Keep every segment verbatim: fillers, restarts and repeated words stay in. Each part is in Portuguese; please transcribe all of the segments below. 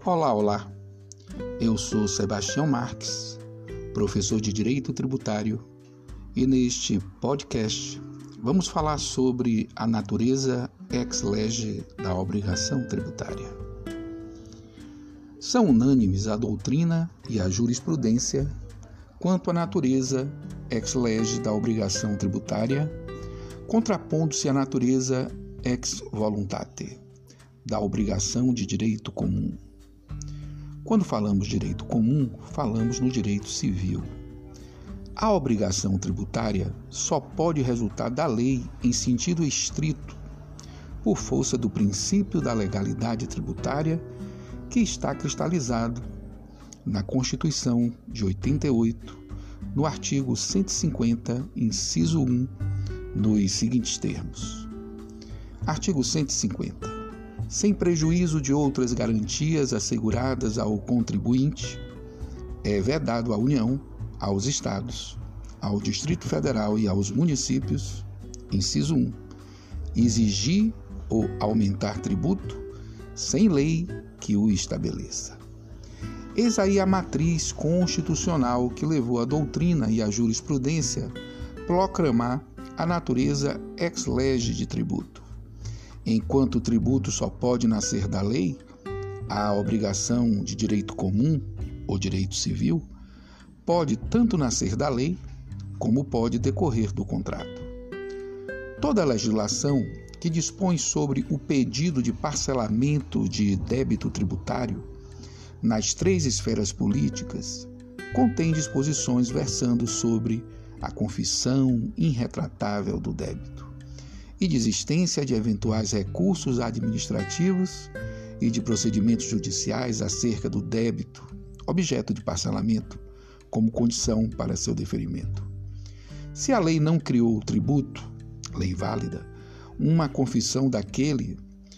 Olá, olá. Eu sou Sebastião Marques, professor de Direito Tributário, e neste podcast vamos falar sobre a natureza ex lege da obrigação tributária. São unânimes a doutrina e a jurisprudência quanto à natureza ex lege da obrigação tributária, contrapondo-se à natureza ex voluntate da obrigação de direito comum. Quando falamos de direito comum, falamos no direito civil. A obrigação tributária só pode resultar da lei em sentido estrito, por força do princípio da legalidade tributária que está cristalizado na Constituição de oitenta e oito, no artigo cento e cinquenta, inciso um, nos seguintes termos. Artigo cento e cinquenta. Sem prejuízo de outras garantias asseguradas ao contribuinte, é vedado à União, aos Estados, ao Distrito Federal e aos municípios, inciso um, exigir ou aumentar tributo sem lei que o estabeleça. Eis aí a matriz constitucional que levou a doutrina e a jurisprudência a proclamar a natureza ex lege de tributo. Enquanto o tributo só pode nascer da lei, a obrigação de direito comum ou direito civil pode tanto nascer da lei como pode decorrer do contrato. Toda a legislação que dispõe sobre o pedido de parcelamento de débito tributário nas três esferas políticas contém disposições versando sobre a confissão irretratável do débito e desistência de eventuais recursos administrativos e de procedimentos judiciais acerca do débito, objeto de parcelamento, como condição para seu deferimento. Se a lei não criou o tributo, lei válida, uma confissão daquele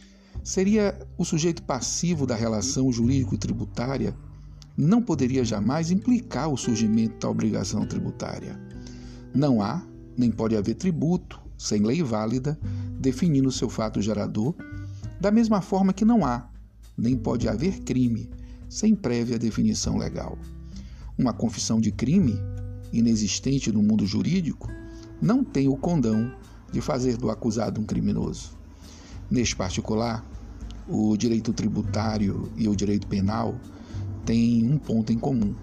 seria o sujeito passivo da relação jurídico-tributária, não poderia jamais implicar o surgimento da obrigação tributária. Não há, nem pode haver tributo sem lei válida, definindo seu fato gerador, da mesma forma que não há, nem pode haver crime, sem prévia definição legal. Uma confissão de crime, inexistente no mundo jurídico, não tem o condão de fazer do acusado um criminoso. Neste particular, o direito tributário e o direito penal têm um ponto em comum: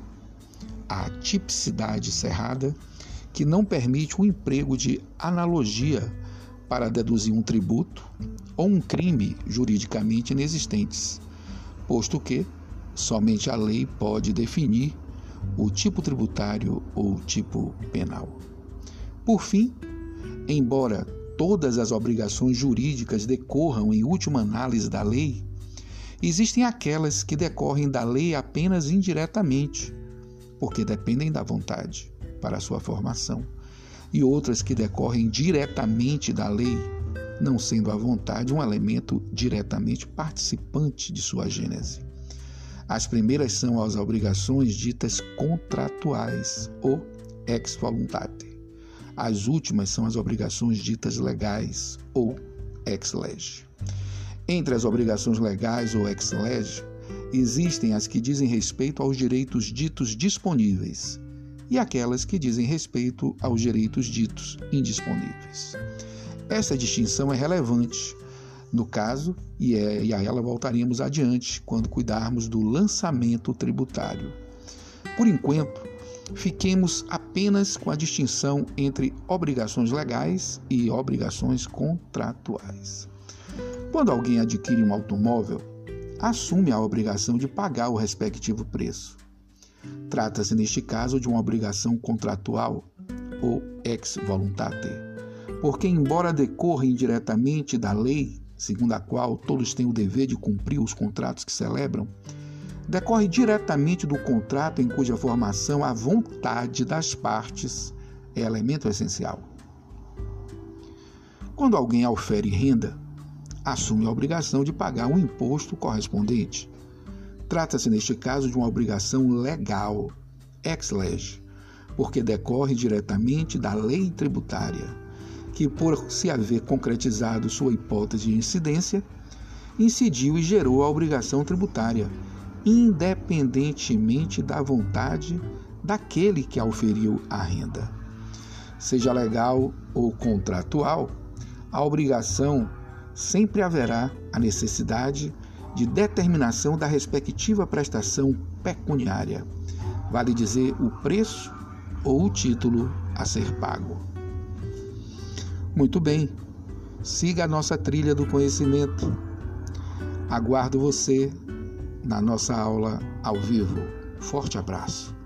a tipicidade cerrada, que não permite o emprego de analogia para deduzir um tributo ou um crime juridicamente inexistentes, posto que somente a lei pode definir o tipo tributário ou o tipo penal. Por fim, embora todas as obrigações jurídicas decorram em última análise da lei, existem aquelas que decorrem da lei apenas indiretamente, porque dependem da vontade para a sua formação, e outras que decorrem diretamente da lei, não sendo a vontade um elemento diretamente participante de sua gênese. As primeiras são as obrigações ditas contratuais, ou ex voluntate. As últimas são as obrigações ditas legais, ou ex lege. Entre as obrigações legais ou ex lege, existem as que dizem respeito aos direitos ditos disponíveis e aquelas que dizem respeito aos direitos ditos indisponíveis. Essa distinção é relevante no caso, e, é, e a ela voltaremos adiante quando cuidarmos do lançamento tributário. Por enquanto, fiquemos apenas com a distinção entre obrigações legais e obrigações contratuais. Quando alguém adquire um automóvel, assume a obrigação de pagar o respectivo preço. Trata-se, neste caso, de uma obrigação contratual, ou ex voluntate, porque, embora decorra indiretamente da lei, segundo a qual todos têm o dever de cumprir os contratos que celebram, decorre diretamente do contrato em cuja formação a vontade das partes é elemento essencial. Quando alguém aufere renda, assume a obrigação de pagar um imposto correspondente. Trata-se, neste caso, de uma obrigação legal, ex lege, porque decorre diretamente da lei tributária, que, por se haver concretizado sua hipótese de incidência, incidiu e gerou a obrigação tributária, independentemente da vontade daquele que auferiu a renda. Seja legal ou contratual, a obrigação sempre haverá a necessidade de determinação da respectiva prestação pecuniária, vale dizer, o preço ou o título a ser pago. Muito bem, siga a nossa trilha do conhecimento. Aguardo você na nossa aula ao vivo. Forte abraço.